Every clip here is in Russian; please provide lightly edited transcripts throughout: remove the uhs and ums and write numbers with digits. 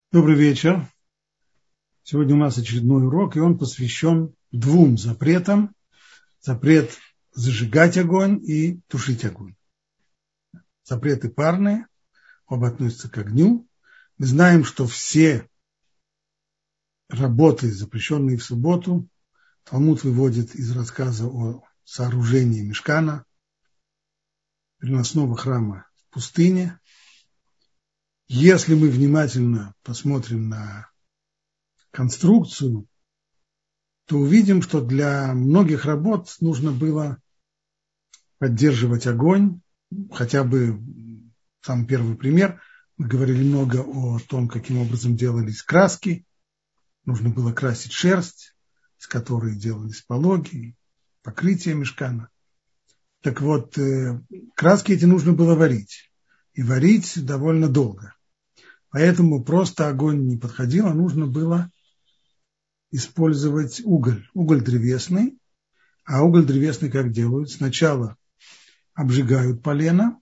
Добрый вечер. Сегодня у нас очередной урок, и он посвящен двум запретам. Запрет зажигать огонь и тушить огонь. Запреты парные, оба относятся к огню. Мы знаем, что все работы, запрещенные в субботу, Талмуд выводит из рассказа о сооружении мишкана, переносного храма в пустыне. Если мы внимательно посмотрим на конструкцию, то увидим, что для многих работ нужно было поддерживать огонь. Хотя бы самый первый пример. Мы говорили много о том, каким образом делались краски. Нужно было красить шерсть, из которой делались пологи, покрытие мишкана. Так вот, краски эти нужно было варить. И варить довольно долго. Поэтому просто огонь не подходил, а нужно было использовать уголь. Уголь древесный. А уголь древесный как делают? Сначала обжигают полено,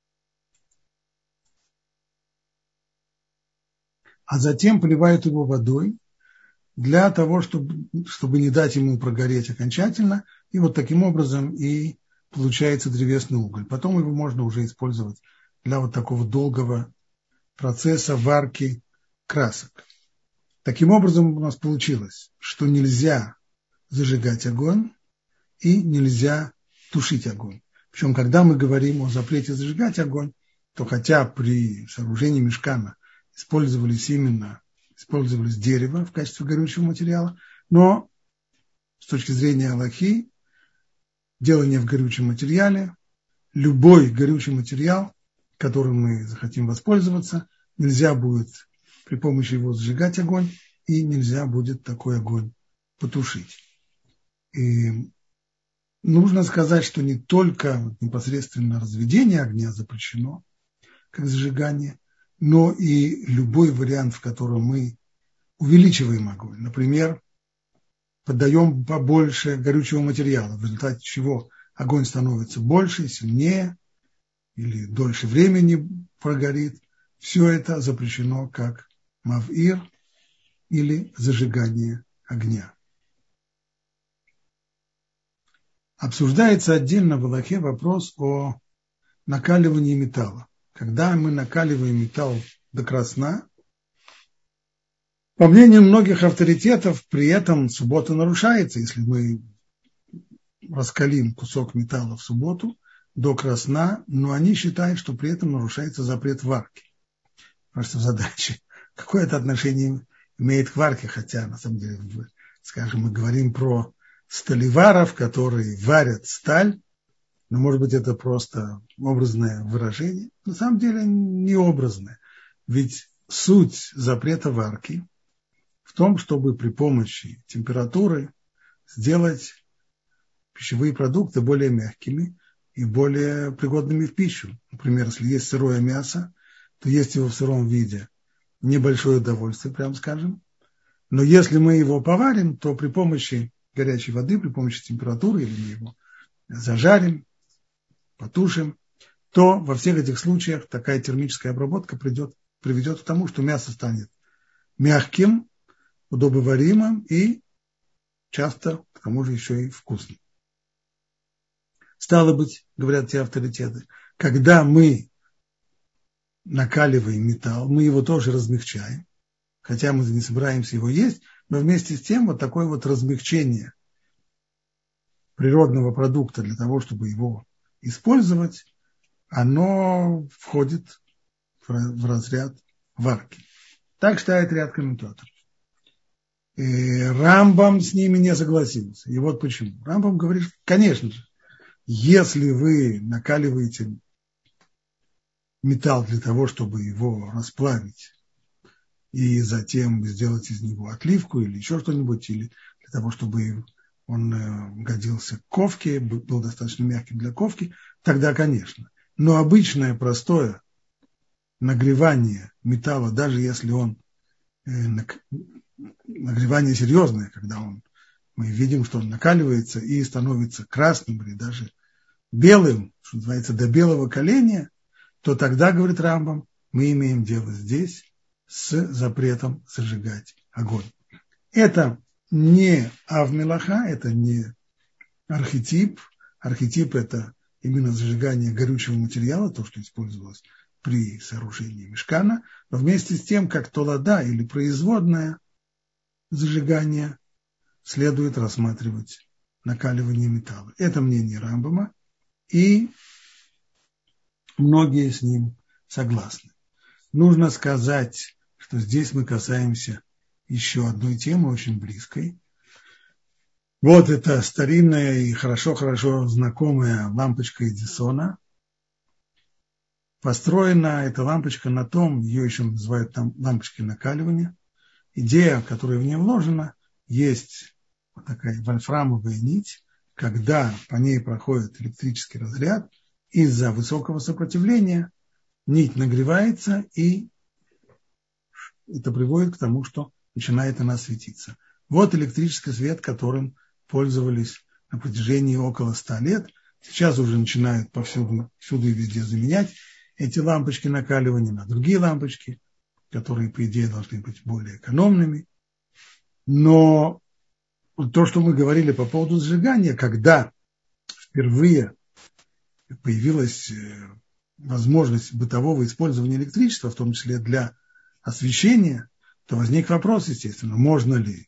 а затем поливают его водой для того, чтобы не дать ему прогореть окончательно. И вот таким образом и получается древесный уголь. Потом его можно уже использовать для вот такого долгого процесса варки красок. Таким образом у нас получилось, что нельзя зажигать огонь и нельзя тушить огонь. Причем, когда мы говорим о запрете зажигать огонь, то хотя при сооружении мишкана использовалось дерево в качестве горючего материала, но с точки зрения алахи, делание в горючем материале, любой горючий материал, которым мы захотим воспользоваться, нельзя будет при помощи его зажигать огонь, и нельзя будет такой огонь потушить. И нужно сказать, что не только непосредственно разведение огня запрещено, как зажигание, но и любой вариант, в котором мы увеличиваем огонь. Например, подаем побольше горючего материала, в результате чего огонь становится больше, сильнее или дольше времени прогорит. Все это запрещено как мавир или зажигание огня. Обсуждается отдельно в алахе вопрос о накаливании металла. Когда мы накаливаем металл до красна, по мнению многих авторитетов, при этом суббота нарушается. Если мы раскалим кусок металла в субботу до красна, но они считают, что при этом нарушается запрет варки. Просто задача, какое это отношение имеет к варке, хотя на самом деле, скажем, мы говорим про сталеваров, которые варят сталь, но, может быть, это просто образное выражение. На самом деле не образное. Ведь суть запрета варки в том, чтобы при помощи температуры сделать пищевые продукты более мягкими и более пригодными в пищу. Например, если есть сырое мясо, то есть его в сыром виде небольшое удовольствие, прямо скажем. Но если мы его поварим, то при помощи горячей воды, при помощи температуры, или мы его зажарим, потушим, то во всех этих случаях такая термическая обработка приведет к тому, что мясо станет мягким, удобоваримым и часто, к тому же, еще и вкусным. Стало быть, говорят те авторитеты, когда мы накаливаем металл, мы его тоже размягчаем, хотя мы не собираемся его есть, но вместе с тем вот такое вот размягчение природного продукта для того, чтобы его использовать, оно входит в разряд варки. Так считает ряд комментаторов. И Рамбам с ними не согласился. И вот почему. Рамбам говорит, конечно же, если вы накаливаете металл для того, чтобы его расплавить, и затем сделать из него отливку или еще что-нибудь, или для того, чтобы он годился к ковке, был достаточно мягким для ковки, тогда, конечно. Но обычное, простое нагревание металла, даже если он нагревание серьезное, когда мы видим, что он накаливается и становится красным или даже белым, что называется, до белого коленя, то тогда, говорит Рамбам, мы имеем дело здесь с запретом зажигать огонь. Это не авмелаха, это не архетип. Архетип – это именно зажигание горючего материала, то, что использовалось при сооружении мишкана, но вместе с тем, как толода или производное зажигание, следует рассматривать накаливание металла. Это мнение Рамбама, и многие с ним согласны. Нужно сказать, что здесь мы касаемся еще одной темы, очень близкой. Вот это старинная и хорошо-хорошо знакомая лампочка Эдисона. Построена эта лампочка на том, ее еще называют там лампочкой накаливания. Идея, которая в ней вложена, есть вот такая вольфрамовая нить, когда по ней проходит электрический разряд, из-за высокого сопротивления нить нагревается, и это приводит к тому, что начинает она светиться. Вот электрический свет, которым пользовались на протяжении около 100 лет. Сейчас уже начинают повсюду и везде заменять эти лампочки накаливания на другие лампочки, которые, по идее, должны быть более экономными. Но то, что мы говорили по поводу сжигания, когда впервые появилась возможность бытового использования электричества, в том числе для освещения, то возник вопрос, естественно, можно ли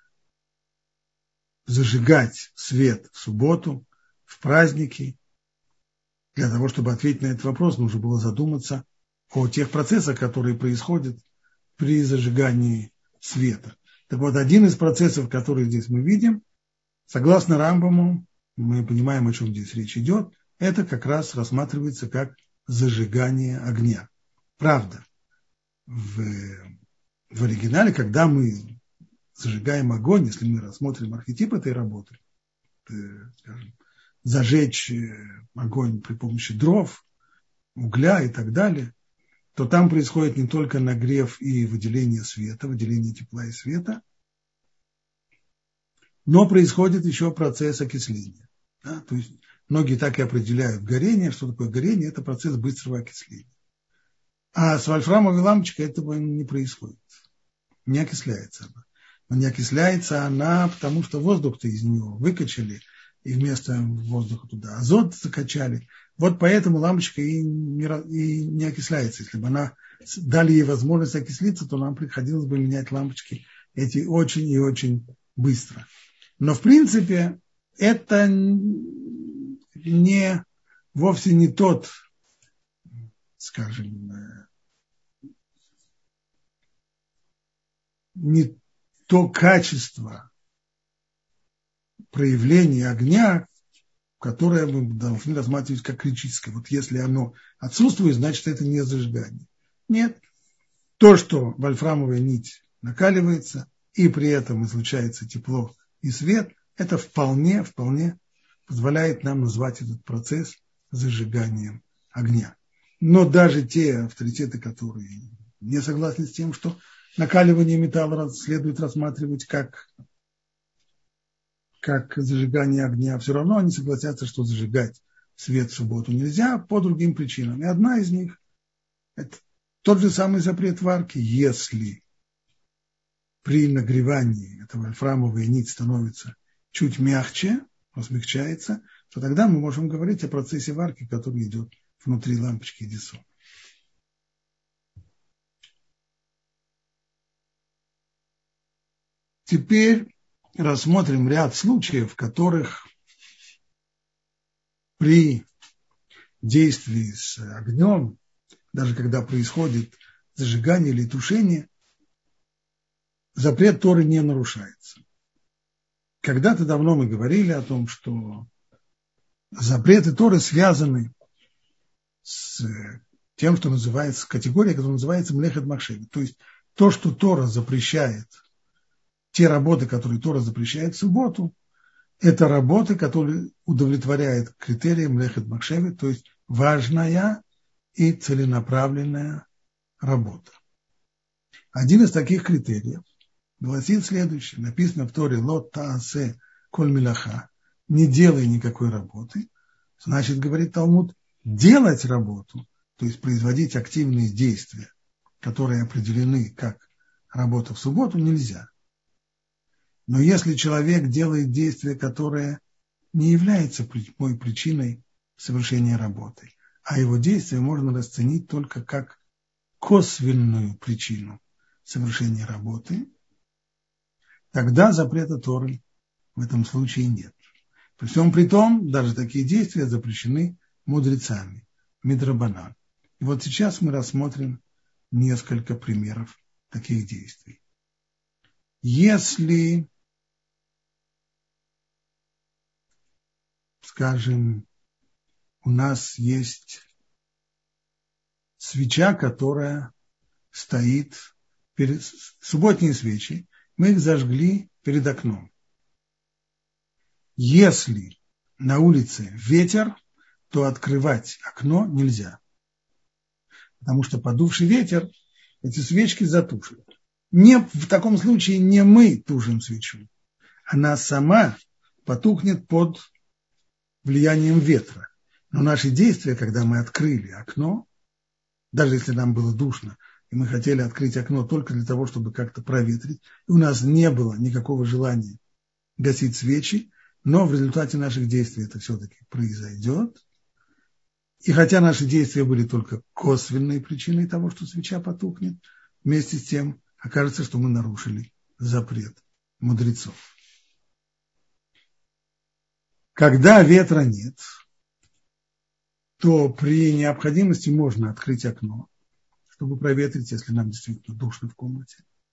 зажигать свет в субботу, в праздники. Для того, чтобы ответить на этот вопрос, нужно было задуматься о тех процессах, которые происходят при зажигании света. Так вот, один из процессов, который здесь мы видим, согласно Рамбаму, мы понимаем, о чем здесь речь идет, это как раз рассматривается как зажигание огня. Правда, в оригинале, когда мы зажигаем огонь, если мы рассмотрим архетип этой работы, скажем, зажечь огонь при помощи дров, угля и так далее, то там происходит не только нагрев и выделение света, выделение тепла и света, но происходит еще процесс окисления. Да? То есть многие так и определяют горение. Что такое горение? Это процесс быстрого окисления. А с вольфрамовой лампочкой этого не происходит. Не окисляется она. Но не окисляется она, потому что воздух-то из нее выкачали, и вместо воздуха туда азот закачали. Вот поэтому лампочка и не окисляется. Если бы она дали ей возможность окислиться, то нам приходилось бы менять лампочки эти очень и очень быстро. Но в принципе это вовсе не тот, скажем, не то качество проявления огня, которое мы должны рассматривать как критическое. Вот если оно отсутствует, значит, это не зажигание. Нет. То, что вольфрамовая нить накаливается, и при этом излучается тепло и свет, это вполне позволяет нам назвать этот процесс зажиганием огня. Но даже те авторитеты, которые не согласны с тем, что накаливание металла следует рассматривать как зажигание огня, все равно они согласятся, что зажигать свет в субботу нельзя по другим причинам. И одна из них – это тот же самый запрет варки. Если при нагревании эта вольфрамовая нить становится чуть мягче, смягчается, то тогда мы можем говорить о процессе варки, который идет внутри лампочки Эдисона. Теперь рассмотрим ряд случаев, в которых при действии с огнем, даже когда происходит зажигание или тушение, запрет Торы не нарушается. Когда-то давно мы говорили о том, что запреты Торы связаны с тем, что называется, категорией, которая называется млехет махшевет. То есть то, что Тора запрещает, те работы, которые Тора запрещает в субботу, это работы, которые удовлетворяют критериям млехет махшевет, то есть важная и целенаправленная работа. Один из таких критериев гласит следующее. Написано в Торе «Лот таасе коль милаха» – не делай никакой работы. Значит, говорит Талмуд, делать работу, то есть производить активные действия которые определены как работа в субботу, нельзя. Но если человек делает действие, которое не является прямой причиной совершения работы, а его действие можно расценить только как косвенную причину совершения работы, тогда запрета Торы в этом случае нет. При всем при том, даже такие действия запрещены мудрецами, мидрабанан. И вот сейчас мы рассмотрим несколько примеров таких действий. Если, скажем, у нас есть свеча, которая стоит перед субботние свечи, мы их зажгли перед окном. Если на улице ветер, то открывать окно нельзя, потому что подувший ветер эти свечки затушит. В таком случае не мы тушим свечу, она сама потухнет под влиянием ветра. Но наши действия, когда мы открыли окно, даже если нам было душно, и мы хотели открыть окно только для того, чтобы как-то проветрить, и у нас не было никакого желания гасить свечи, но в результате наших действий это все-таки произойдет. И хотя наши действия были только косвенной причиной того, что свеча потухнет, вместе с тем окажется, что мы нарушили запрет мудрецов. Когда ветра нет, то при необходимости можно открыть окно, чтобы проветрить, если нам действительно душно в комнате.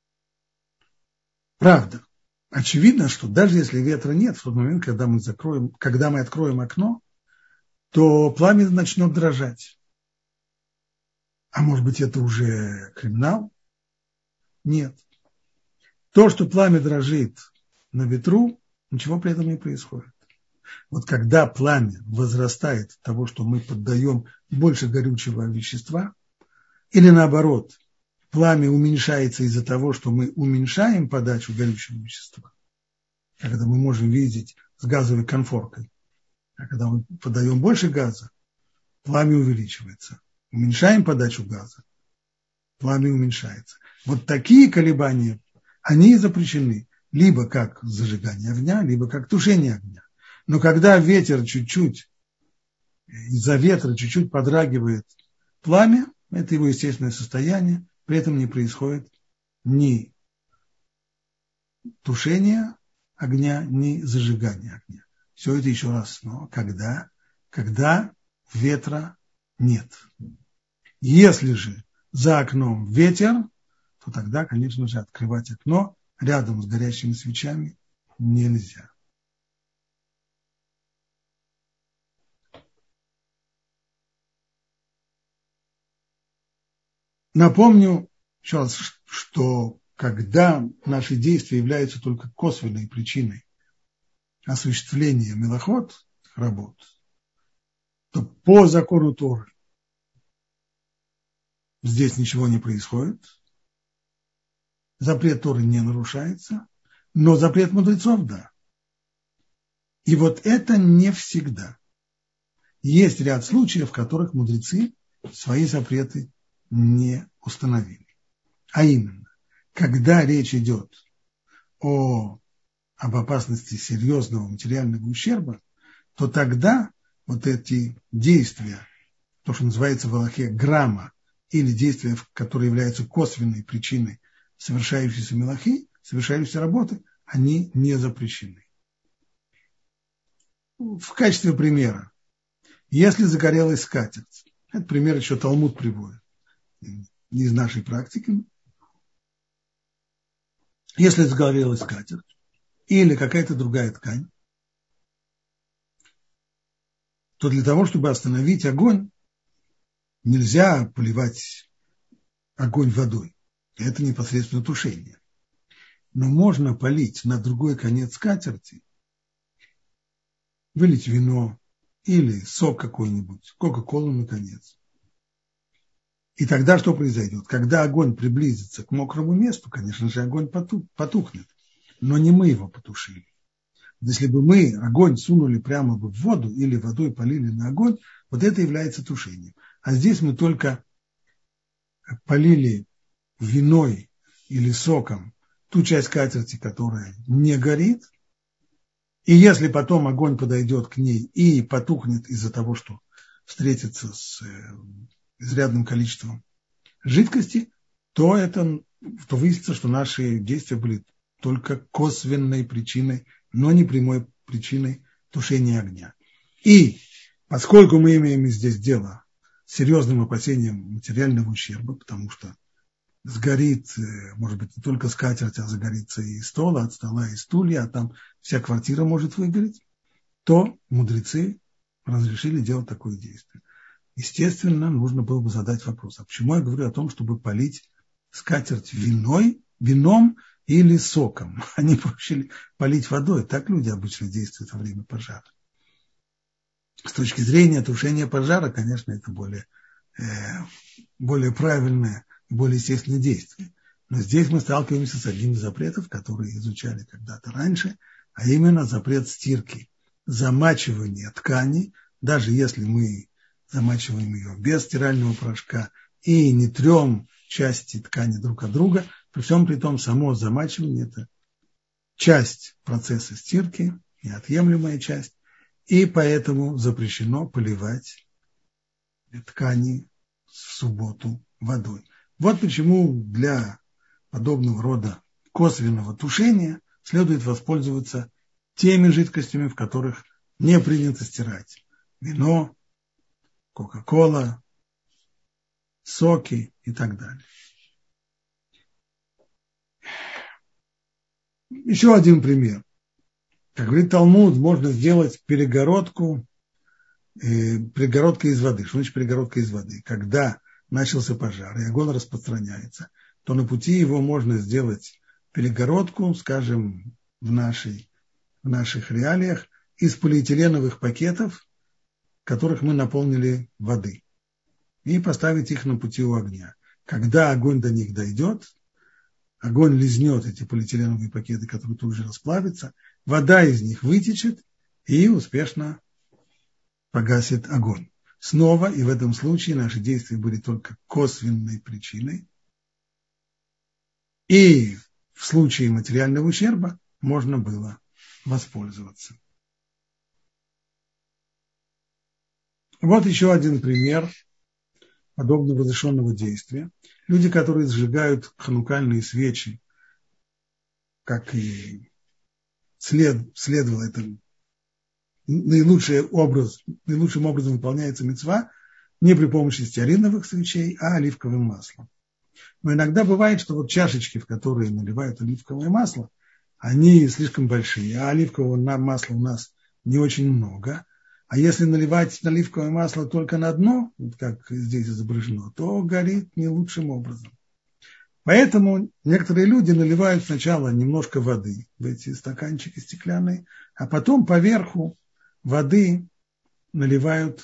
Правда, очевидно, что даже если ветра нет, в тот момент, когда мы откроем окно, то пламя начнет дрожать. А может быть, это уже криминал? Нет. То, что пламя дрожит на ветру, ничего при этом не происходит. Вот когда пламя возрастает от того, что мы поддаем больше горючего вещества, или наоборот, пламя уменьшается из-за того, что мы уменьшаем подачу горючего вещества, когда мы можем видеть с газовой конфоркой, а когда мы подаем больше газа, пламя увеличивается. Уменьшаем подачу газа, пламя уменьшается. Вот такие колебания, они запрещены либо как зажигание огня, либо как тушение огня. Но когда ветер чуть-чуть, из-за ветра чуть-чуть подрагивает пламя, это его естественное состояние, при этом не происходит ни тушения огня, ни зажигания огня. Все это еще раз снова, когда ветра нет. Если же за окном ветер, то тогда, конечно же, открывать окно рядом с горящими свечами нельзя. Напомню еще раз, что когда наши действия являются только косвенной причиной осуществления мелахот, работ, то по закону Торы здесь ничего не происходит, запрет Торы не нарушается, но запрет мудрецов – да. И вот это не всегда. Есть ряд случаев, в которых мудрецы свои запреты не установили. А именно, когда речь идет об опасности серьезного материального ущерба, то тогда вот эти действия, то, что называется в Алахе грамма, или действия, которые являются косвенной причиной совершающейся мелахи, совершающейся работы, они не запрещены. В качестве примера, если загорелась скатерть, этот пример еще Талмуд приводит, из нашей практики, если загорелась скатерть или какая-то другая ткань, то для того, чтобы остановить огонь, нельзя поливать огонь водой. Это непосредственно тушение. Но можно полить на другой конец скатерти, вылить вино или сок какой-нибудь, кока-колу наконец. И тогда что произойдет? Когда огонь приблизится к мокрому месту, конечно же, огонь потухнет. Но не мы его потушили. Если бы мы огонь сунули прямо бы в воду или водой полили на огонь, вот это является тушением. А здесь мы только полили виной или соком ту часть скатерти, которая не горит, и если потом огонь подойдет к ней и потухнет из-за того, что встретится с изрядным количеством жидкости, то выяснится, что наши действия были только косвенной причиной, но не прямой причиной тушения огня. И поскольку мы имеем здесь дело с серьезным опасением материального ущерба, потому что сгорит, может быть, не только скатерть, а загорится и стол, от стола и стулья, а там вся квартира может выгореть, то мудрецы разрешили делать такое действие. Естественно, нужно было бы задать вопрос, а почему я говорю о том, чтобы полить скатерть вином или соком? Они решили полить водой. Так люди обычно действуют во время пожара. С точки зрения тушения пожара, конечно, это более правильное и более естественное действие. Но здесь мы сталкиваемся с одним из запретов, которые изучали когда-то раньше, а именно запрет стирки, замачивания ткани, даже если мы замачиваем ее без стирального порошка и не трем части ткани друг от друга, при всем при том само замачивание – это часть процесса стирки, неотъемлемая часть, и поэтому запрещено поливать ткани в субботу водой. Вот почему для подобного рода косвенного тушения следует воспользоваться теми жидкостями, в которых не принято стирать вино, кока-кола, соки и так далее. Еще один пример. Как говорит Талмуд, можно сделать перегородка из воды. Что значит перегородка из воды? Когда начался пожар и огонь распространяется, то на пути его можно сделать перегородку, скажем, в наших реалиях, из полиэтиленовых пакетов, которых мы наполнили воды, и поставить их на пути у огня. Когда огонь до них дойдет, огонь лизнет эти полиэтиленовые пакеты, которые тут же расплавятся, вода из них вытечет и успешно погасит огонь. Снова, и в этом случае наши действия были только косвенной причиной. И в случае материального ущерба можно было воспользоваться. Вот еще один пример подобного разрешенного действия. Люди, которые сжигают ханукальные свечи, как и следовало это, наилучшим образом выполняется мицва не при помощи стеариновых свечей, а оливковым маслом. Но иногда бывает, что вот чашечки, в которые наливают оливковое масло, они слишком большие, а оливкового масла у нас не очень много. А если наливать оливковое масло только на дно, вот как здесь изображено, то горит не лучшим образом. Поэтому некоторые люди наливают сначала немножко воды в эти стаканчики стеклянные, а потом поверху воды наливают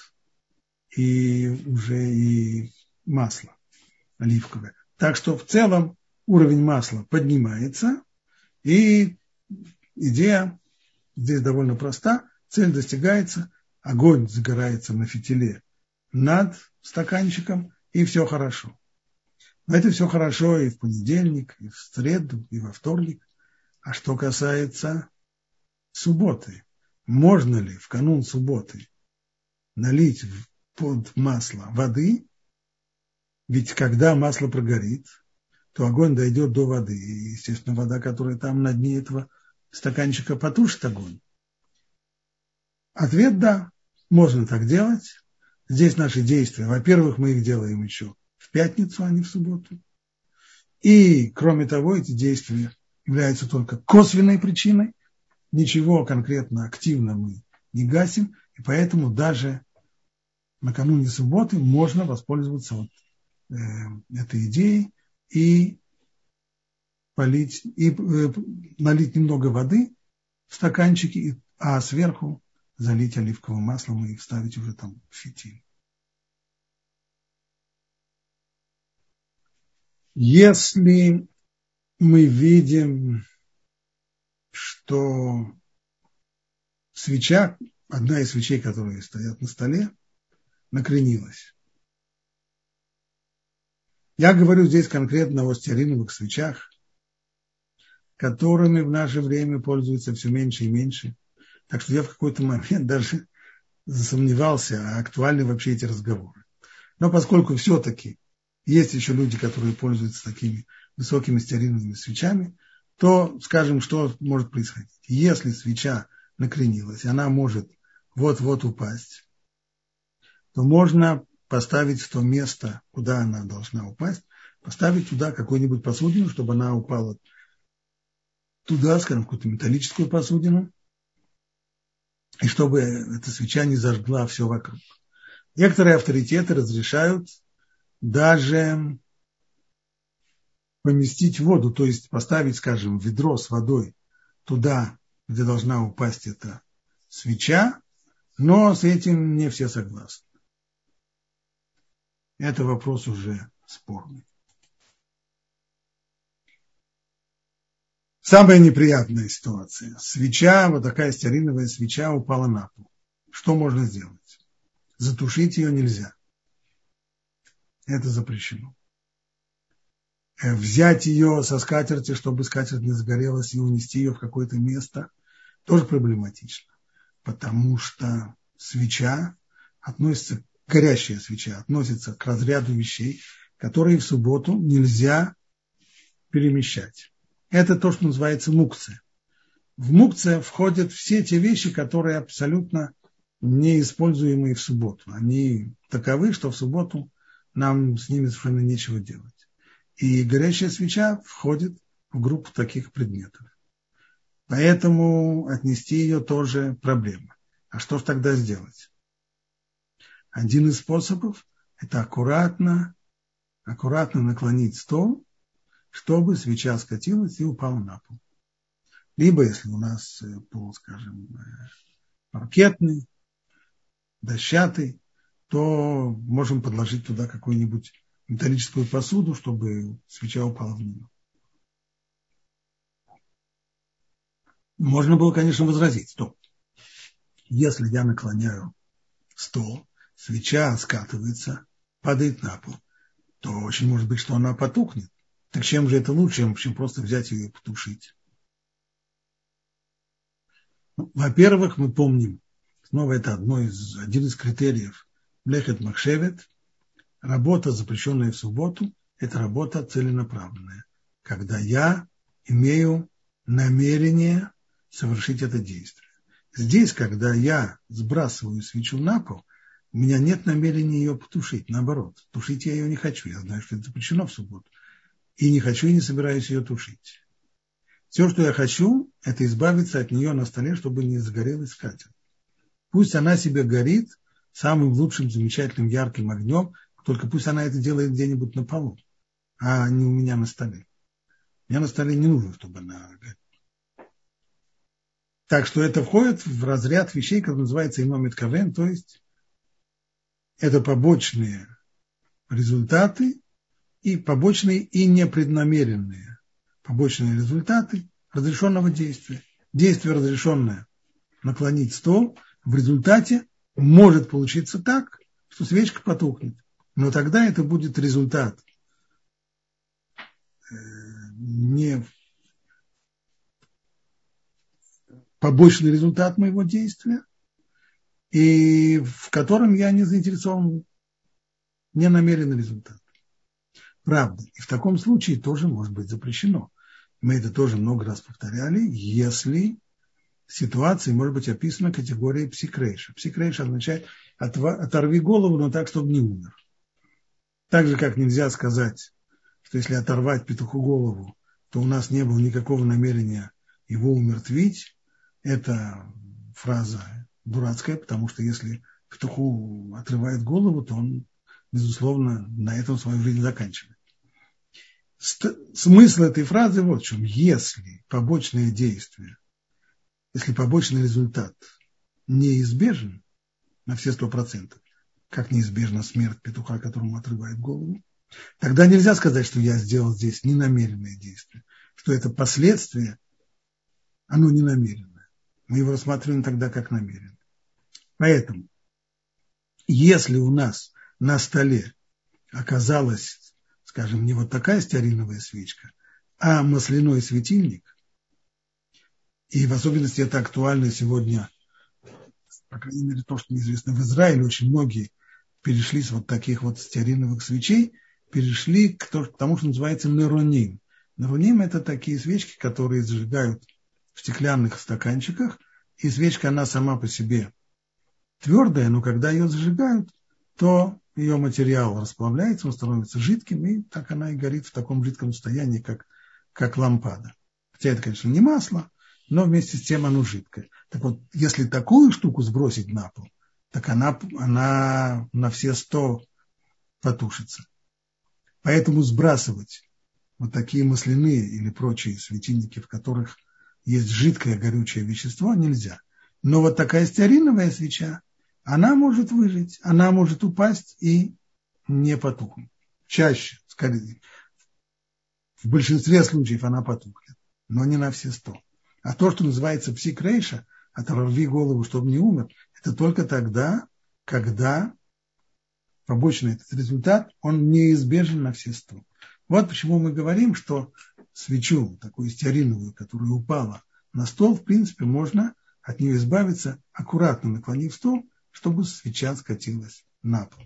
и масло оливковое. Так что в целом уровень масла поднимается, и идея здесь довольно проста. Цель достигается, огонь загорается на фитиле над стаканчиком, и все хорошо. Но это все хорошо и в понедельник, и в среду, и во вторник. А что касается субботы, можно ли в канун субботы налить под масло воды? Ведь когда масло прогорит, то огонь дойдет до воды. И, естественно, вода, которая там на дне этого стаканчика, потушит огонь. Ответ – да, можно так делать. Здесь наши действия, во-первых, мы их делаем еще в пятницу, а не в субботу. И, кроме того, эти действия являются только косвенной причиной. Ничего конкретно активно мы не гасим. И поэтому даже накануне субботы можно воспользоваться этой идеей и налить немного воды в стаканчики, а сверху залить оливковым маслом и вставить уже там фитиль. Если мы видим, что свеча, одна из свечей, которые стоят на столе, накренилась, Я говорю здесь конкретно о стеариновых свечах, которыми в наше время пользуются все меньше и меньше. Так что я в какой-то момент даже засомневался, а актуальны вообще эти разговоры. Но поскольку все-таки есть еще люди, которые пользуются такими высокими стеариновыми свечами, то скажем, что может происходить. Если свеча накренилась, она может вот-вот упасть, то можно поставить в то место, куда она должна упасть, поставить туда какую-нибудь посудину, чтобы она упала туда, скажем, какую-то металлическую посудину, и чтобы эта свеча не зажгла все вокруг. Некоторые авторитеты разрешают даже поместить воду, то есть поставить, скажем, ведро с водой туда, где должна упасть эта свеча, но с этим не все согласны. Это вопрос уже спорный. Самая неприятная ситуация. Свеча, вот такая стеариновая свеча упала на пол. Что можно сделать? Затушить ее нельзя. Это запрещено. Взять ее со скатерти, чтобы скатерть не загорелась, и унести ее в какое-то место, тоже проблематично. Потому что свеча относится, горящая свеча относится к разряду вещей, которые в субботу нельзя перемещать. Это то, что называется мукция. В мукция входят все те вещи, которые абсолютно неиспользуемые в субботу. Они таковы, что в субботу нам с ними совершенно нечего делать. И горящая свеча входит в группу таких предметов. Поэтому отнести ее тоже проблема. А что же тогда сделать? Один из способов – это аккуратно наклонить стол, чтобы свеча скатилась и упала на пол. Либо, если у нас пол, скажем, паркетный, дощатый, то можем подложить туда какую-нибудь металлическую посуду, чтобы свеча упала в нее. Можно было, конечно, возразить, что если я наклоняю стол, свеча скатывается, падает на пол, то очень может быть, что она потухнет. Так чем же это лучше, чем просто взять ее и потушить? Во-первых, мы помним, снова это один из критериев Млехет Махшевет, работа, запрещенная в субботу, это работа целенаправленная, когда я имею намерение совершить это действие. Здесь, когда я сбрасываю свечу на пол, у меня нет намерения ее потушить, наоборот, тушить я ее не хочу, я знаю, что это запрещено в субботу, и не хочу и не собираюсь ее тушить. Все, что я хочу, это избавиться от нее на столе, чтобы не загорелась скатерть. Пусть она себе горит самым лучшим, замечательным, ярким огнем, только пусть она это делает где-нибудь на полу, а не у меня на столе. У меня на столе не нужно, чтобы она горела. Так что это входит в разряд вещей, как называется иномит кавен, то есть это побочные результаты и побочные и непреднамеренные побочные результаты разрешенного действия. Действие разрешенное наклонить стол, в результате может получиться так, что свечка потухнет. Но тогда это будет результат не побочный результат моего действия, и в котором я не заинтересован, не намеренный результат. Правда, и в таком случае тоже может быть запрещено. Мы это тоже много раз повторяли, если ситуация может быть описана категорией псикрейша. Псикрейша означает оторви голову, но так, чтобы не умер. Так же, как нельзя сказать, что если оторвать петуху голову, то у нас не было никакого намерения его умертвить. Это фраза дурацкая, потому что если петуху отрывает голову, то он, безусловно, на этом свою жизнь заканчивает. Смысл этой фразы вот в чем. Если побочное действие, если побочный результат неизбежен на все 100%, как неизбежна смерть петуха, которому отрывает голову, тогда нельзя сказать, что я сделал здесь ненамеренное действие, что это последствие, оно ненамеренное. Мы его рассматриваем тогда как намеренное. Поэтому, если у нас на столе оказалась, скажем, не вот такая стеариновая свечка, а масляной светильник, и в особенности это актуально сегодня, по крайней мере, то, что мне известно, в Израиле очень многие перешли с вот таких вот стеариновых свечей, перешли к тому, что называется нероним. Нероним – это такие свечки, которые зажигают в стеклянных стаканчиках, и свечка, она сама по себе твердая, но когда ее зажигают, то ее материал расплавляется, он становится жидким, и так она и горит в таком жидком состоянии, как лампада. Хотя это, конечно, не масло, но вместе с тем оно жидкое. Так вот, если такую штуку сбросить на пол, так она на все 100 потушится. Поэтому сбрасывать вот такие масляные или прочие светильники, в которых есть жидкое горючее вещество, нельзя. Но вот такая стеариновая свеча, она может выжить, она может упасть и не потухнуть. Чаще, скорее, в большинстве случаев она потухнет, но не на все 100. А то, что называется псик-рейша, оторви голову, чтобы не умер, это только тогда, когда побочный этот результат, он неизбежен на все 100. Вот почему мы говорим, что свечу, такую стеариновую, которая упала на стол, в принципе, можно от нее избавиться, аккуратно наклонив стол, чтобы свеча скатилась на пол.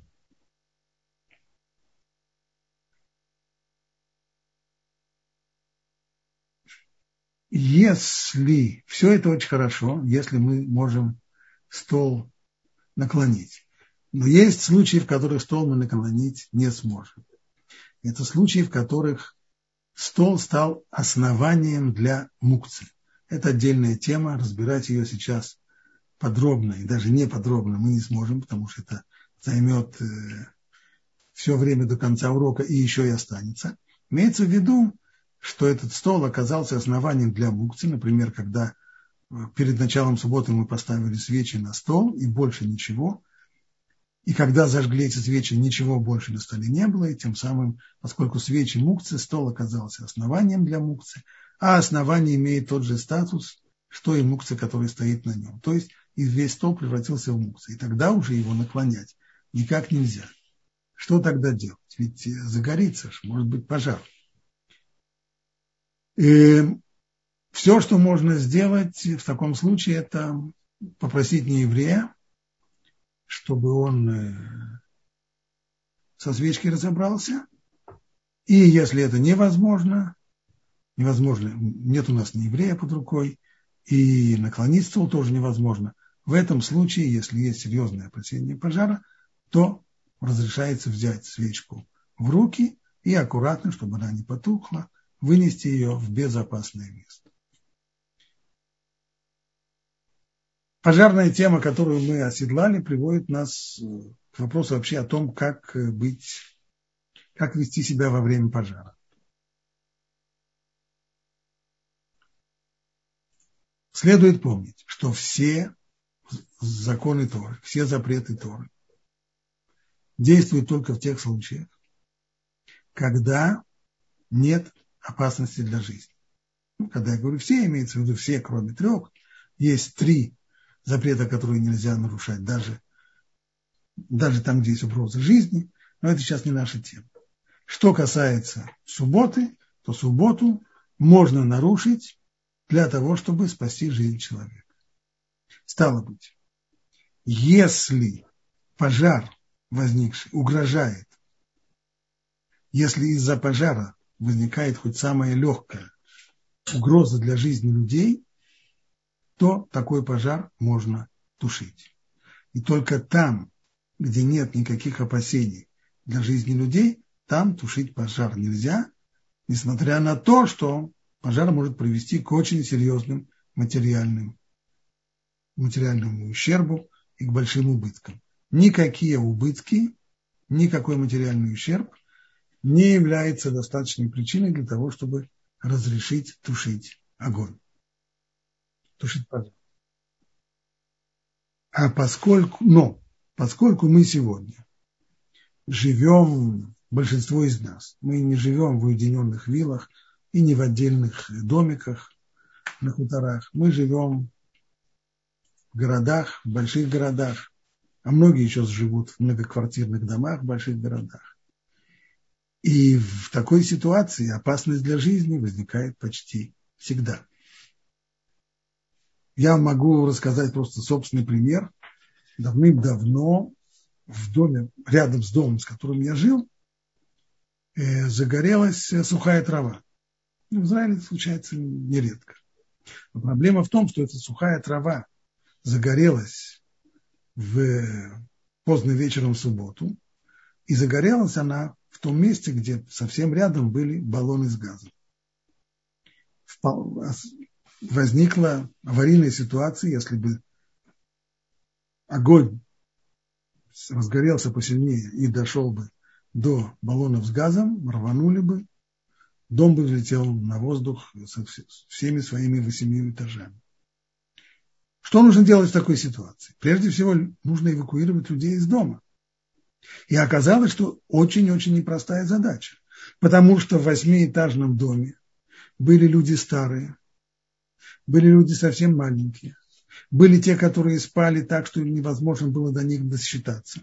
Если все это очень хорошо, если мы можем стол наклонить. Но есть случаи, в которых стол мы наклонить не сможем. Это случаи, в которых стол стал основанием для мукцы. Это отдельная тема, разбирать ее сейчас подробно и даже не подробно мы не сможем, потому что это займет все время до конца урока и еще и останется. Имеется в виду, что этот стол оказался основанием для мукцы, например, когда перед началом субботы мы поставили свечи на стол и больше ничего, и когда зажгли эти свечи, ничего больше на столе не было, и тем самым, поскольку свечи мукцы, стол оказался основанием для мукцы, а основание имеет тот же статус, что и мукцы, который стоит на нем. То есть и весь стол превратился в мукцы, и тогда уже его наклонять никак нельзя. Что тогда делать? Ведь загорится, может быть пожар. И все, что можно сделать в таком случае, это попросить нееврея, чтобы он со свечкой разобрался. И если это невозможно, нет у нас ни еврея под рукой, и наклонить стол тоже невозможно. В этом случае, если есть серьезное опасение пожара, то разрешается взять свечку в руки и аккуратно, чтобы она не потухла, вынести ее в безопасное место. Пожарная тема, которую мы оседлали, приводит нас к вопросу вообще о том, как вести себя во время пожара. Следует помнить, что все законы Торы, все запреты Торы действуют только в тех случаях, когда нет опасности для жизни. Когда я говорю все, имеется в виду все, кроме 3. Есть 3 запрета, которые нельзя нарушать, даже там, где есть угроза жизни, но это сейчас не наша тема. Что касается субботы, то субботу можно нарушить для того, чтобы спасти жизнь человека. Стало быть, если пожар возникший угрожает, если из-за пожара возникает хоть самая легкая угроза для жизни людей, то такой пожар можно тушить. И только там, где нет никаких опасений для жизни людей, там тушить пожар нельзя, несмотря на то, что пожар может привести к очень серьезным материальному ущербу и к большим убыткам. Никакие убытки, никакой материальный ущерб не является достаточной причиной для того, чтобы разрешить тушить огонь, тушить пожар. Поскольку мы сегодня живем, большинство из нас, мы не живем в уединенных виллах и не в отдельных домиках на хуторах, мы живем в городах, в больших городах, а многие еще живут в многоквартирных домах в больших городах. И в такой ситуации опасность для жизни возникает почти всегда. Я могу рассказать просто собственный пример. Давным-давно в доме, рядом с домом, с которым я жил, загорелась сухая трава. В Израиле это случается нередко. Но проблема в том, что эта сухая трава загорелась поздно вечером в субботу, и загорелась она в том месте, где совсем рядом были баллоны с газом. Возникла аварийная ситуация, если бы огонь разгорелся посильнее и дошел бы до баллонов с газом, рванули бы, дом бы взлетел на воздух со всеми своими 8 этажами. Что нужно делать в такой ситуации? Прежде всего, нужно эвакуировать людей из дома. И оказалось, что очень-очень непростая задача, потому что в 8-этажном доме были люди старые, были люди совсем маленькие, были те, которые спали так, что невозможно было до них досчитаться.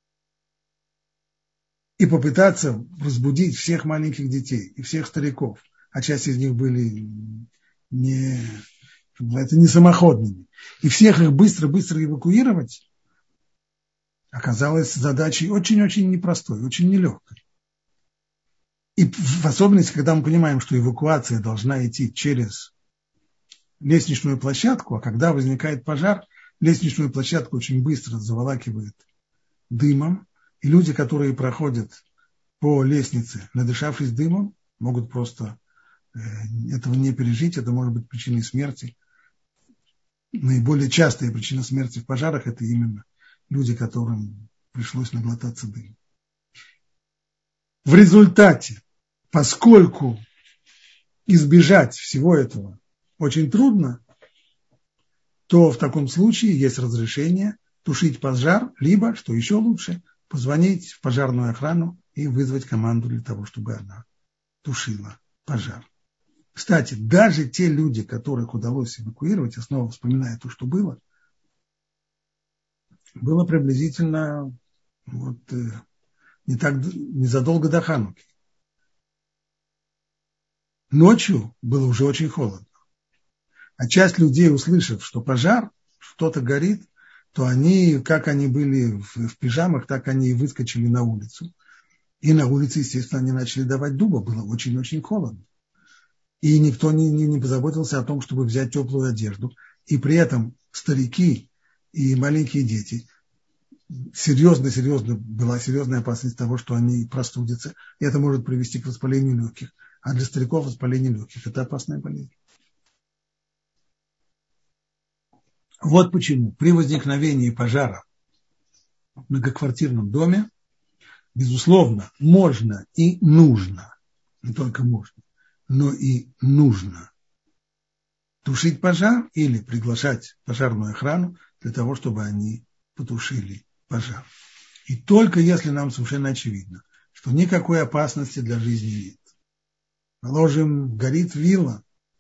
И попытаться разбудить всех маленьких детей и всех стариков, а часть из них были не самоходными, и всех их быстро-быстро эвакуировать, оказалось задачей очень-очень непростой, очень нелегкой. И в особенности, когда мы понимаем, что эвакуация должна идти через лестничную площадку, а когда возникает пожар, лестничную площадку очень быстро заволакивает дымом, и люди, которые проходят по лестнице, надышавшись дымом, могут просто этого не пережить, это может быть причиной смерти. Наиболее частая причина смерти в пожарах – это именно люди, которым пришлось наглотаться дыма. В результате, поскольку избежать всего этого очень трудно, то в таком случае есть разрешение тушить пожар, либо, что еще лучше, позвонить в пожарную охрану и вызвать команду для того, чтобы она тушила пожар. Кстати, даже те люди, которых удалось эвакуировать, я снова вспоминаю то, что было приблизительно незадолго до Хануки. Ночью было уже очень холодно. А часть людей, услышав, что пожар, что-то горит, то они, как они были в пижамах, так они и выскочили на улицу. И на улице, естественно, они начали давать дуба. Было очень-очень холодно. И никто не позаботился о том, чтобы взять теплую одежду. И при этом старики и маленькие дети, была серьезная опасность того, что они простудятся. И это может привести к воспалению легких. А для стариков воспаление легких – это опасная болезнь. Вот почему при возникновении пожара в многоквартирном доме, безусловно, можно и нужно, не только можно, но и нужно тушить пожар или приглашать пожарную охрану для того, чтобы они потушили пожар. И только если нам совершенно очевидно, что никакой опасности для жизни нет. Положим, горит вилла,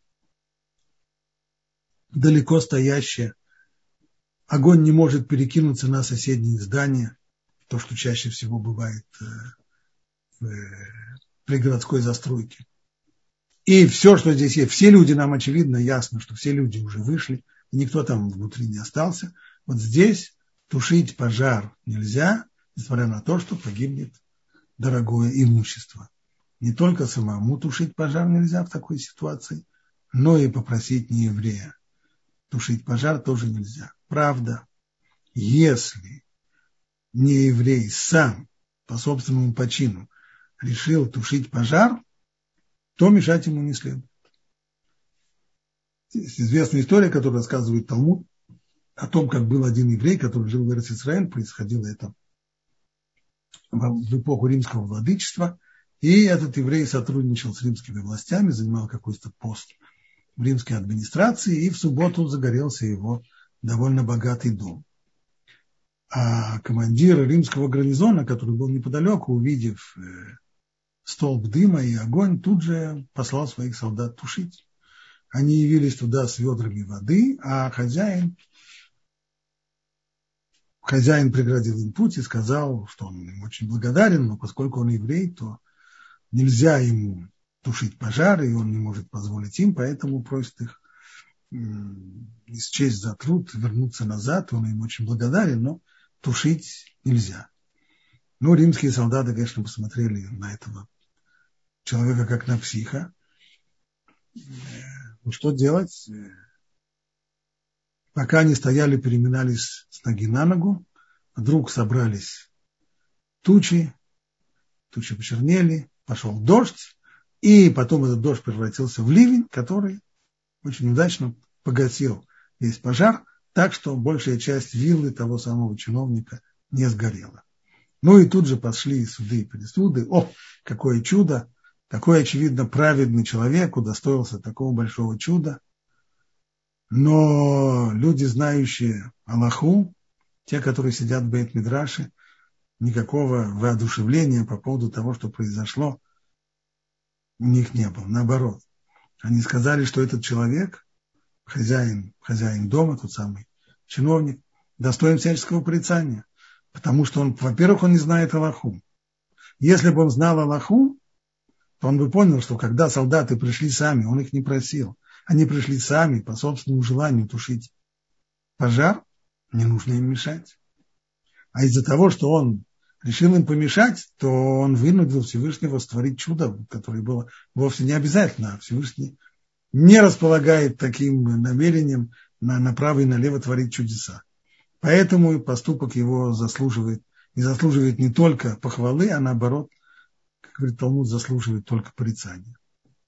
далеко стоящая, огонь не может перекинуться на соседние здания, то, что чаще всего бывает в пригородской застройке. И все, что здесь есть, все люди, нам очевидно, ясно, что все люди уже вышли, и никто там внутри не остался. Вот здесь тушить пожар нельзя, несмотря на то, что погибнет дорогое имущество. Не только самому тушить пожар нельзя в такой ситуации, но и попросить нееврея тушить пожар тоже нельзя. Правда, если нееврей сам по собственному почину решил тушить пожар, то мешать ему не следует. Есть известная история, которую рассказывает Талмуд, о том, как был один еврей, который жил в Эрец-Исраэль, происходило это в эпоху римского владычества, и этот еврей сотрудничал с римскими властями, занимал какой-то пост в римской администрации, и в субботу загорелся его довольно богатый дом. А командир римского гарнизона, который был неподалеку, увидев столб дыма и огонь, тут же послал своих солдат тушить. Они явились туда с ведрами воды, а хозяин преградил им путь и сказал, что он им очень благодарен, но поскольку он еврей, то нельзя ему тушить пожары, и он не может позволить им, поэтому просит их исчесть за труд, вернуться назад. Он им очень благодарен, но тушить нельзя. Ну, римские солдаты, конечно, посмотрели на этого человека как на психа. Ну, что делать? Пока они стояли, переминались с ноги на ногу, вдруг собрались тучи почернели, пошел дождь, и потом этот дождь превратился в ливень, который очень удачно погасил весь пожар, так что большая часть виллы того самого чиновника не сгорела. Ну и тут же пошли суды и пересуды. О, какое чудо! Такой, очевидно, праведный человек удостоился такого большого чуда. Но люди, знающие Аллаху, те, которые сидят в Бейт-Мидраше, никакого воодушевления по поводу того, что произошло, у них не было. Наоборот, они сказали, что этот человек, хозяин дома, тот самый чиновник, достоин всяческого порицания, потому что он, во-первых, он не знает Аллаху. Если бы он знал Аллаху, то он бы понял, что когда солдаты пришли сами, он их не просил, они пришли сами по собственному желанию тушить пожар, не нужно им мешать. А из-за того, что он решил им помешать, то он вынудил Всевышнего створить чудо, которое было вовсе не обязательно. А Всевышний не располагает таким намерением направо и налево творить чудеса. Поэтому поступок его заслуживает не только похвалы, а наоборот, как говорит Талмуд, заслуживает только порицания.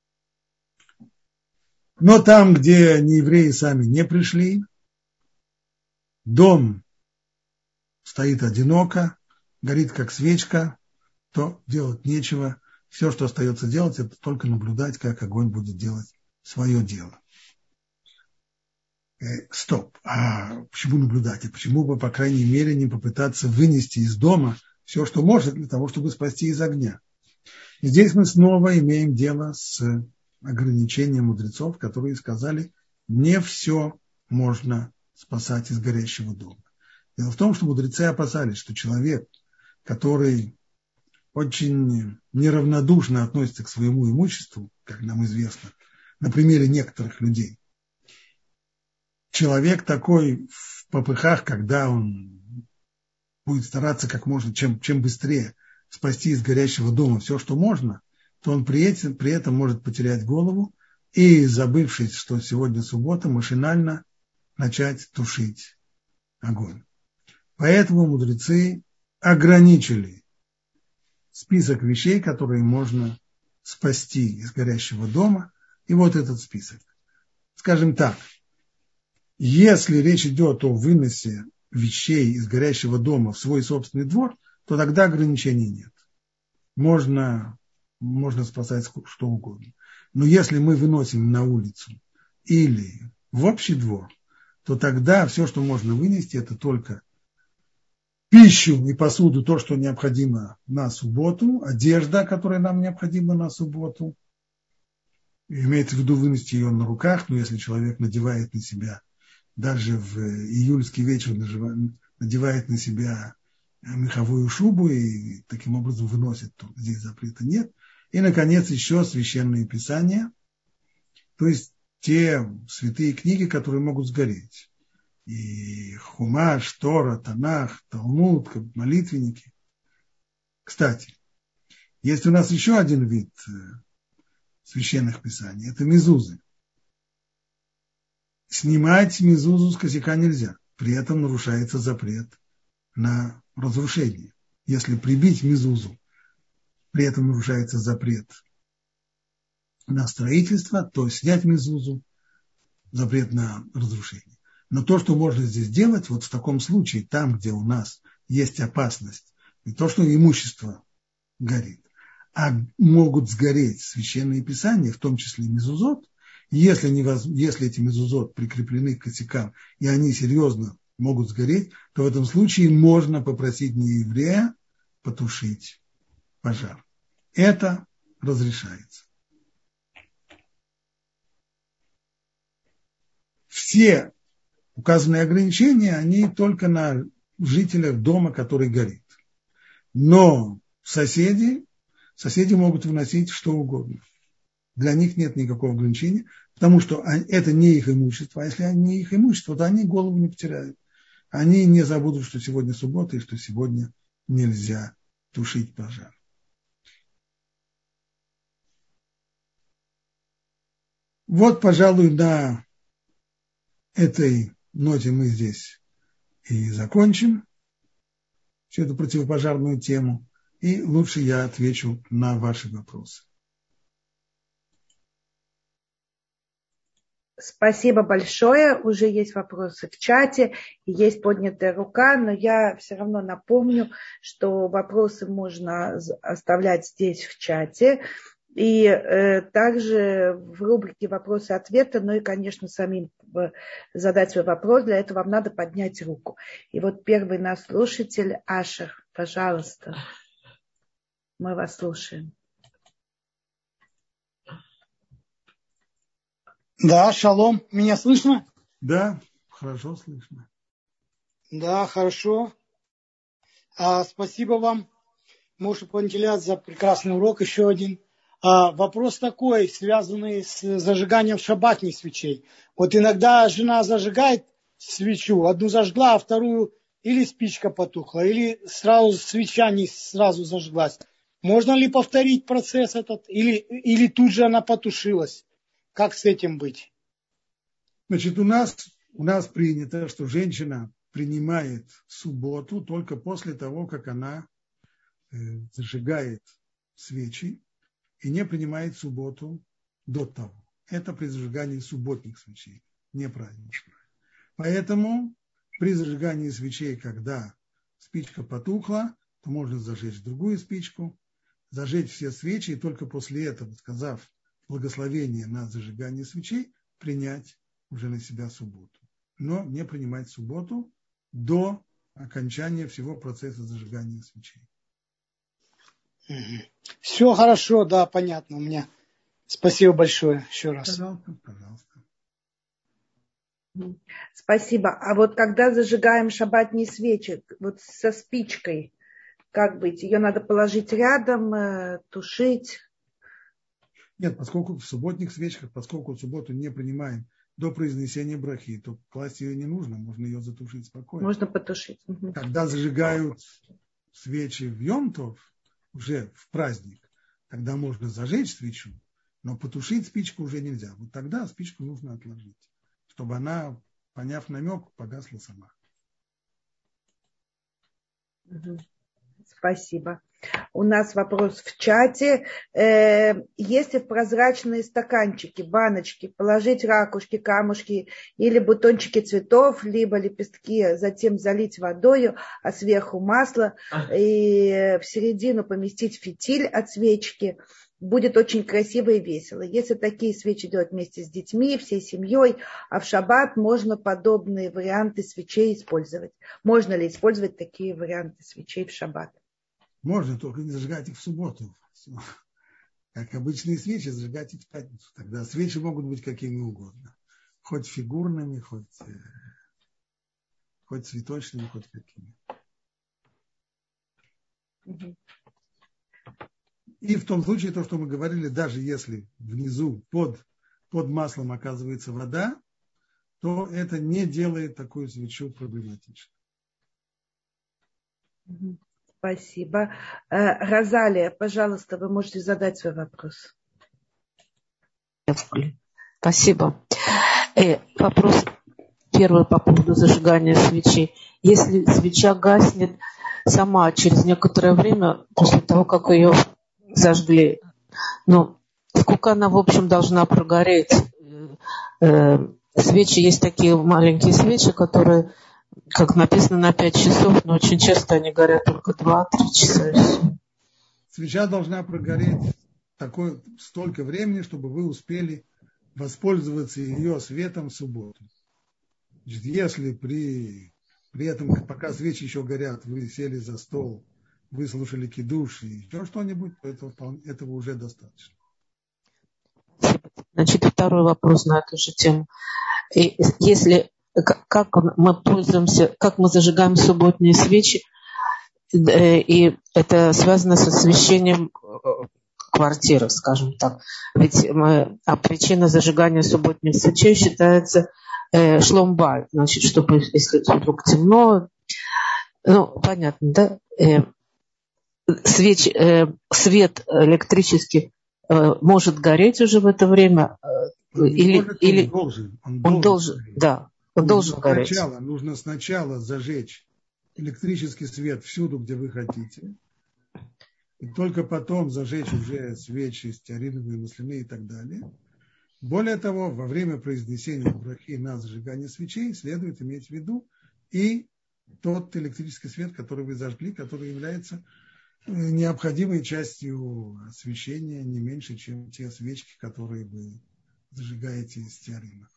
Но там, где неевреи сами не пришли, дом стоит одиноко, горит как свечка, то делать нечего. Все, что остается делать, это только наблюдать, как огонь будет делать свое дело. Стоп. А почему наблюдать? А почему бы, по крайней мере, не попытаться вынести из дома все, что может, для того, чтобы спасти из огня? И здесь мы снова имеем дело с ограничением мудрецов, которые сказали, не все можно спасать из горящего дома. Дело в том, что мудрецы опасались, что человек, который очень неравнодушно относится к своему имуществу, как нам известно, на примере некоторых людей, человек такой в попыхах, когда он будет стараться как можно, чем быстрее спасти из горящего дома все, что можно, то он при этом может потерять голову и, забывшись, что сегодня суббота, машинально начать тушить огонь. Поэтому мудрецы ограничили список вещей, которые можно спасти из горящего дома. И вот этот список. Скажем так, если речь идет о выносе вещей из горящего дома в свой собственный двор, то тогда ограничений нет. Можно спасать что угодно. Но если мы выносим на улицу или в общий двор, то тогда все, что можно вынести, это только пищу и посуду, то, что необходимо на субботу, одежда, которая нам необходима на субботу. Имеется в виду вынести ее на руках, но если человек надевает на себя, даже в июльский вечер надевает на себя меховую шубу и таким образом выносит, то здесь запрета нет. И, наконец, еще священные писания, то есть те святые книги, которые могут сгореть. И Хумаш, Тора, Танах, Талмуд, молитвенники. Кстати, есть у нас еще один вид священных писаний, это мезузы. Снимать мезузу с косяка нельзя, при этом нарушается запрет на разрушение. Если прибить мезузу, при этом нарушается запрет на строительство, то снять мезузу, запрет на разрушение. Но то, что можно здесь делать, вот в таком случае, там, где у нас есть опасность, не то, что имущество горит, а могут сгореть священные писания, в том числе и мезузот, если эти мезузот прикреплены к косякам, и они серьезно могут сгореть, то в этом случае можно попросить нееврея потушить пожар. Это разрешается. Все указанные ограничения, они только на жителях дома, который горит. Но соседи Соседи могут выносить что угодно. Для них нет никакого ограничения, потому что это не их имущество. А если не их имущество, то они голову не потеряют. Они не забудут, что сегодня суббота и что сегодня нельзя тушить пожар. Вот, пожалуй, на этой ноте мы здесь и закончим всю эту противопожарную тему. И лучше я отвечу на ваши вопросы. Спасибо большое. Уже есть вопросы в чате, и есть поднятая рука, но я все равно напомню, что вопросы можно оставлять здесь в чате. И также в рубрике «Вопросы-ответы», ну и, конечно, самим задать свой вопрос. Для этого вам надо поднять руку. И вот первый наш слушатель Ашер, пожалуйста, мы вас слушаем. Да, шалом. Меня слышно? Да, хорошо слышно. Да, хорошо. Спасибо вам, Моше Пантелят, за прекрасный урок, еще один. Вопрос такой, связанный с зажиганием шаббатных свечей. Вот иногда жена зажигает свечу, одну зажгла, а вторую или спичка потухла, или сразу свеча не сразу зажглась. Можно ли повторить процесс этот, или тут же она потушилась? Как с этим быть? Значит, у нас принято, что женщина принимает субботу только после того, как она зажигает свечи, и не принимает субботу до того. Это при зажигании субботних свечей, не праздничных. Поэтому при зажигании свечей, когда спичка потухла, то можно зажечь другую спичку, зажечь все свечи, и только после этого, сказав благословение на зажигание свечей, принять уже на себя субботу. Но не принимать субботу до окончания всего процесса зажигания свечей. Все хорошо, да, понятно у меня. Спасибо большое еще раз. Пожалуйста. Спасибо. А вот когда зажигаем шаббатные свечи, вот со спичкой, как быть? Ее надо положить рядом, тушить? Нет, поскольку в субботних свечках, поскольку субботу не принимаем до произнесения брахи, то класть ее не нужно, можно ее затушить спокойно. Можно потушить. Когда зажигают свечи в Йом-Тов, уже в праздник, тогда можно зажечь свечу, но потушить спичку уже нельзя. Вот тогда спичку нужно отложить, чтобы она, поняв намек, погасла сама. Спасибо. У нас вопрос в чате. Если в прозрачные стаканчики, баночки положить ракушки, камушки или бутончики цветов, либо лепестки, затем залить водой, а сверху масло, и в середину поместить фитиль от свечки, будет очень красиво и весело. Если такие свечи делать вместе с детьми, всей семьей, а в шаббат можно подобные варианты свечей использовать. Можно ли использовать такие варианты свечей в шаббат? Можно, только не зажигать их в субботу. Как обычные свечи, зажигать их в пятницу. Тогда свечи могут быть какими угодно. Хоть фигурными, хоть цветочными, хоть какими. И в том случае, то, что мы говорили, даже если внизу под маслом оказывается вода, то это не делает такую свечу проблематичной. Спасибо. Розалия, пожалуйста, вы можете задать свой вопрос. Спасибо. Вопрос первый по поводу зажигания свечи. Если свеча гаснет сама через некоторое время после того, как ее зажгли, но сколько она, в общем, должна прогореть? Свечи, есть такие маленькие свечи, которые, как написано, на 5 часов, но очень часто они горят только 2-3 часа. Свеча должна прогореть столько времени, чтобы вы успели воспользоваться ее светом в субботу. Значит, если при этом, пока свечи еще горят, вы сели за стол, выслушали кидуш и еще что-нибудь, то этого уже достаточно. Значит, второй вопрос на эту же тему. Если как мы пользуемся, как мы зажигаем субботние свечи, И это связано с освещением квартиры, скажем так. Ведь причина зажигания субботних свечей считается шломбай. Значит, чтобы, если вдруг темно, понятно, да? Свет электрический может гореть уже в это время, он должен гореть. Нужно сначала зажечь электрический свет всюду, где вы хотите, и только потом зажечь уже свечи, стеариновые, масляные и так далее. Более того, во время произнесения брахи на зажигание свечей следует иметь в виду и тот электрический свет, который вы зажгли, который является необходимой частью освещения, не меньше, чем те свечки, которые вы зажигаете из стеарина.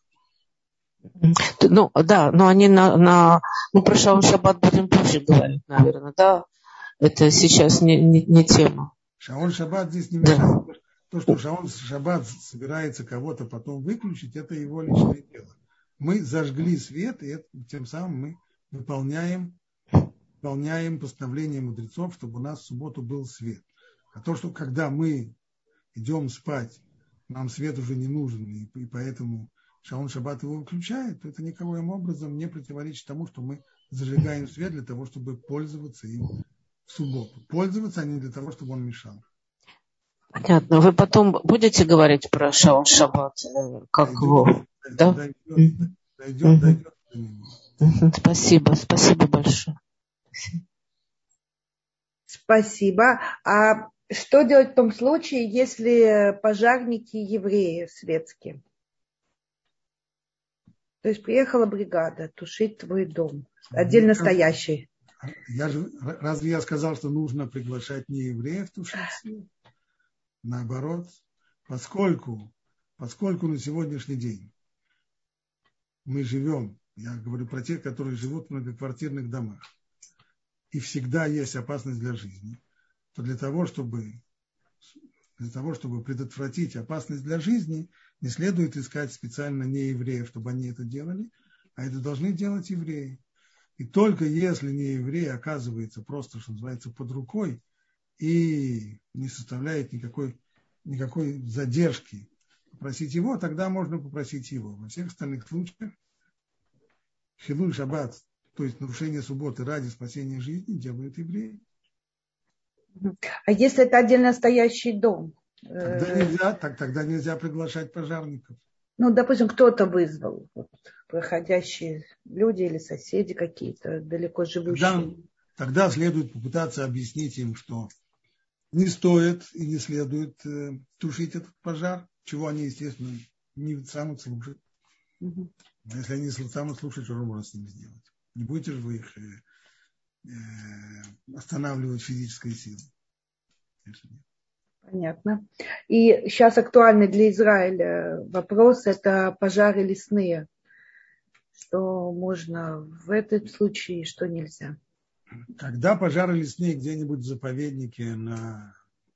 Но они про Шаон Шаббат будем позже говорить, наверное, да? Это сейчас не тема. Шаон Шаббат здесь не мешает. Да. То, что Шаон Шаббат собирается кого-то потом выключить, это его личное дело. Мы зажгли свет, и тем самым мы выполняем постановление мудрецов, чтобы у нас в субботу был свет. А то, что когда мы идем спать, нам свет уже не нужен, и поэтому Шаон Шаббат его выключает, то это никаким образом не противоречит тому, что мы зажигаем свет для того, чтобы пользоваться им в субботу. Пользоваться, а не для того, чтобы он мешал. Понятно. Вы потом будете говорить про Шаон Шаббат? Дойдет. Спасибо большое. Спасибо. А что делать в том случае, если пожарники евреи светские? То есть приехала бригада тушить твой дом, отдельно стоящий. Разве я сказал, что нужно приглашать не евреев тушить свет? Наоборот, поскольку на сегодняшний день мы живем, я говорю про тех, которые живут в многоквартирных домах, и всегда есть опасность для жизни, то для того, чтобы предотвратить опасность для жизни, не следует искать специально не евреев, чтобы они это делали, а это должны делать евреи. И только если не еврей оказывается просто, что называется, под рукой и не составляет никакой задержки попросить его, тогда можно попросить его. Во всех остальных случаях хилуль шаббат, то есть нарушение субботы ради спасения жизни, делают евреи. А если это отдельно стоящий дом? Тогда нельзя приглашать пожарников. Допустим, кто-то вызвал, проходящие люди или соседи какие-то, далеко живущие. Тогда следует попытаться объяснить им, что не стоит и не следует тушить этот пожар, чего они, естественно, не станут слушать. Если они станут слушать, что можно с ними сделать? Не будете же вы их останавливать физической силой? Понятно. И сейчас актуальный для Израиля вопрос – это пожары лесные. Что можно в этом случае, что нельзя? Когда пожары лесные где-нибудь в заповеднике на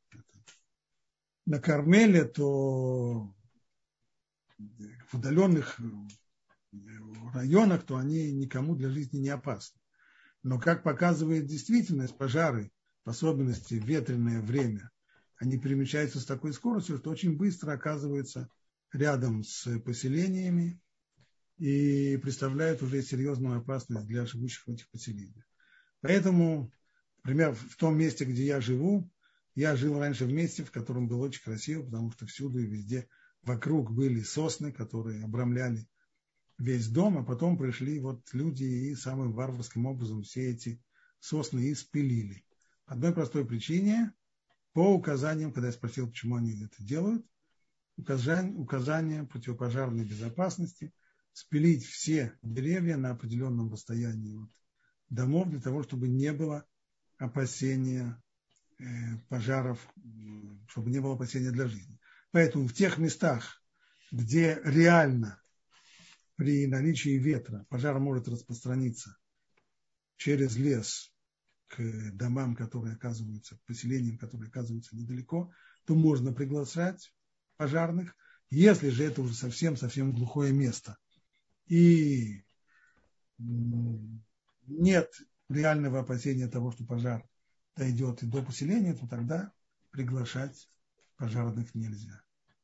Кармеле, то в удаленных районах, то они никому для жизни не опасны. Но, как показывает действительность, пожары, в особенности в ветреное время, они перемещаются с такой скоростью, что очень быстро оказываются рядом с поселениями и представляют уже серьезную опасность для живущих в этих поселениях. Поэтому, например, в том месте, где я живу, я жил раньше в месте, в котором было очень красиво, потому что всюду и везде вокруг были сосны, которые обрамляли весь дом, а потом пришли люди и самым варварским образом все эти сосны и спилили. По одной простой причине, по указаниям, когда я спросил, почему они это делают, указания противопожарной безопасности спилить все деревья на определенном расстоянии от домов для того, чтобы не было опасения пожаров, чтобы не было опасения для жизни. Поэтому в тех местах, где реально при наличии ветра пожар может распространиться через лес к домам, которые оказываются, к поселениям, которые оказываются недалеко, то можно приглашать пожарных. Если же это уже совсем глухое место и нет реального опасения того, что пожар дойдет и до поселения, то тогда приглашать пожарных нельзя.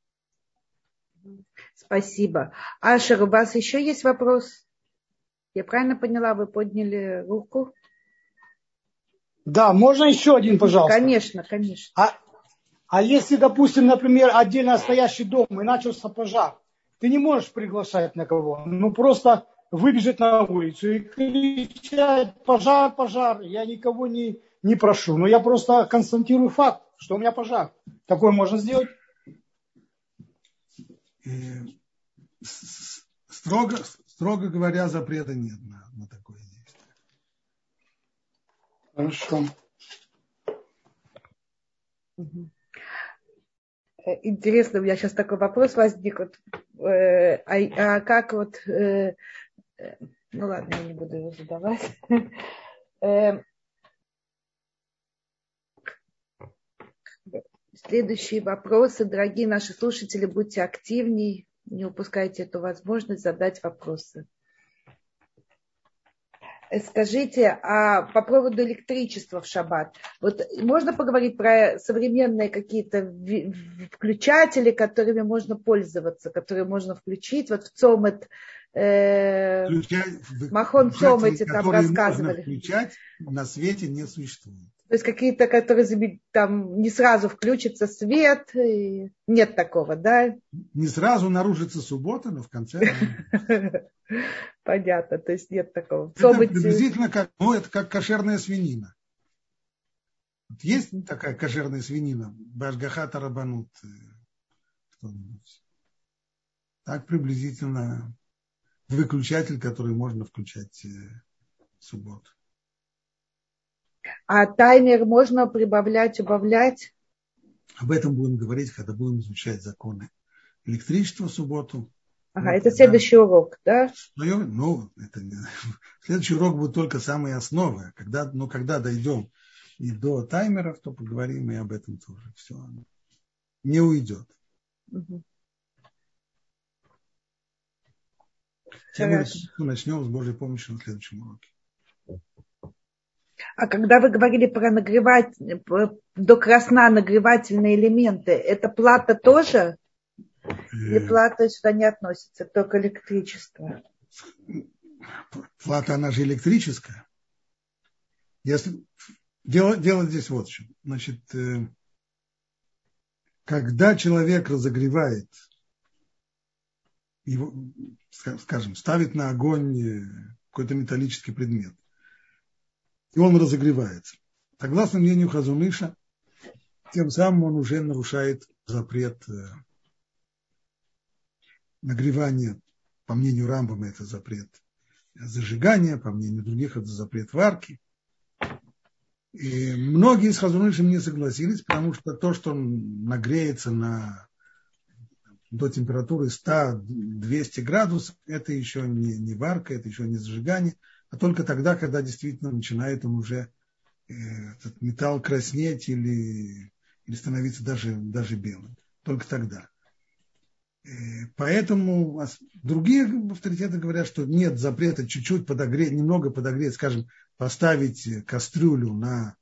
Спасибо. Ашер, у вас еще есть вопрос? Я правильно поняла, вы подняли руку? Да, можно еще один, пожалуйста? Конечно, конечно. А если, допустим, например, отдельно стоящий дом и начался пожар, ты не можешь приглашать на кого, ну просто выбежать на улицу и кричать: пожар, пожар, я никого не прошу, но я просто констатирую факт, что у меня пожар. Такое можно сделать? Строго говоря, запрета нет на такое действие. Хорошо. Интересно, у меня сейчас такой вопрос возник. Как ну ладно, я не буду его задавать. Следующие вопросы. Дорогие наши слушатели, будьте активнее, не упускайте эту возможность задать вопросы. Скажите, по поводу электричества в шаббат. Вот можно поговорить про современные какие-то включатели, которыми можно пользоваться, которые можно включить? Вот в Цомет, Махон Цомете там рассказывали. Можно включать, на свете не существует. То есть какие-то, которые там не сразу включится свет, и нет такого, да? Не сразу нарушится суббота, но в конце... Понятно, то есть нет такого. Это приблизительно это как кошерная свинина. Есть такая кошерная свинина, башгахата рабанут, так приблизительно выключатель, который можно включать в субботу. А таймер можно прибавлять, убавлять? Об этом будем говорить, когда будем изучать законы электричества в субботу. Ага, это следующий урок, да? Следующий урок будет только самые основы. Когда дойдем и до таймеров, то поговорим и об этом тоже. Все не уйдет. Угу. Мы начнем с Божьей помощью на следующем уроке. А когда вы говорили про до красна нагревательные элементы, это плата тоже? Или плата сюда не относится, только электричество? Плата, она же электрическая. Дело здесь вот в чем. Значит, когда человек разогревает, его, скажем, ставит на огонь какой-то металлический предмет, и он разогревается, согласно мнению Хазон Иша, тем самым он уже нарушает запрет нагревания. По мнению Рамбама это запрет зажигания, по мнению других это запрет варки. И многие из Хазон Ишем не согласились, потому что то, что он нагреется до температуры 100-200 градусов, это еще не варка, это еще не зажигание, а только тогда, когда действительно начинает он уже этот металл краснеть или становиться даже белым. Только тогда. Поэтому другие авторитеты говорят, что нет запрета чуть-чуть подогреть, немного подогреть, скажем, поставить кастрюлю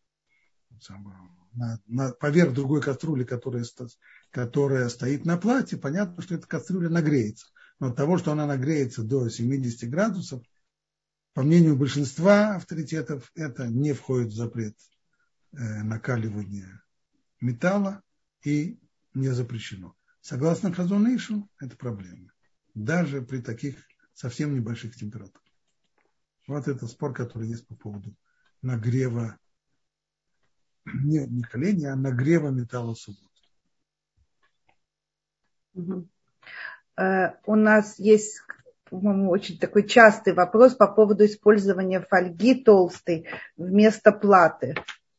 поверх другой кастрюли, которая стоит на плате. Понятно, что эта кастрюля нагреется. Но от того, что она нагреется до 70 градусов, по мнению большинства авторитетов, это не входит в запрет накаливания металла и не запрещено. Согласно Хазон Ишу, это проблема. Даже при таких совсем небольших температурах. Вот это спор, который есть по поводу нагрева, не каления, а нагрева металла в субботу. У нас есть, по-моему, очень такой частый вопрос по поводу использования фольги толстой вместо платы.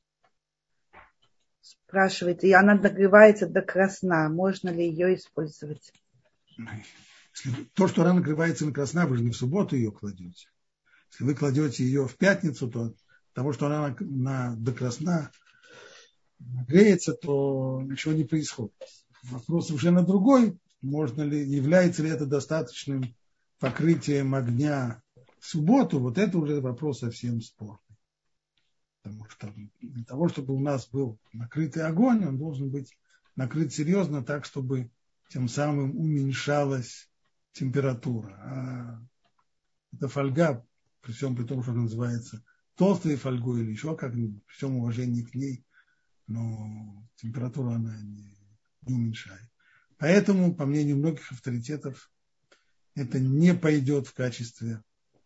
Спрашивает, и она нагревается до красна. Можно ли ее использовать? То, что она нагревается на красна, вы же не в субботу ее кладете. Если вы кладете ее в пятницу, то от того, что она до красна нагреется, то ничего не происходит. Вопрос уже на другой. Является ли это достаточным покрытием огня в субботу? Вот это уже вопрос совсем спорный. Потому что для того, чтобы у нас был накрытый огонь, он должен быть накрыт серьезно так, чтобы тем самым уменьшалась температура. А эта фольга, при всем при том, что она называется толстой фольгой или еще как-нибудь, при всем уважении к ней, но температуру она не уменьшает. Поэтому, по мнению многих авторитетов, это не пойдет в качестве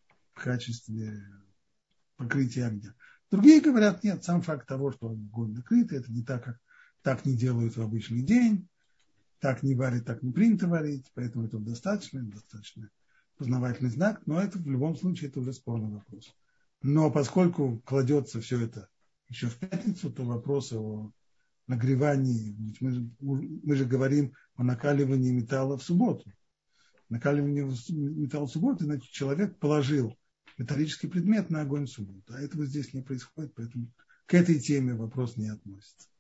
покрытия огня. Другие говорят, нет, сам факт того, что огонь накрытый, это не так, как так не делают в обычный день, так не варят, так не принято варить, поэтому это достаточно познавательный знак, но это в любом случае это уже спорный вопрос. Но поскольку кладется все это еще в пятницу, то вопросы о нагревании, мы же говорим о накаливании металла в субботу. Накаливание металла в субботу, значит, человек положил металлический предмет на огонь в субботу. А этого здесь не происходит, поэтому к этой теме вопрос не относится.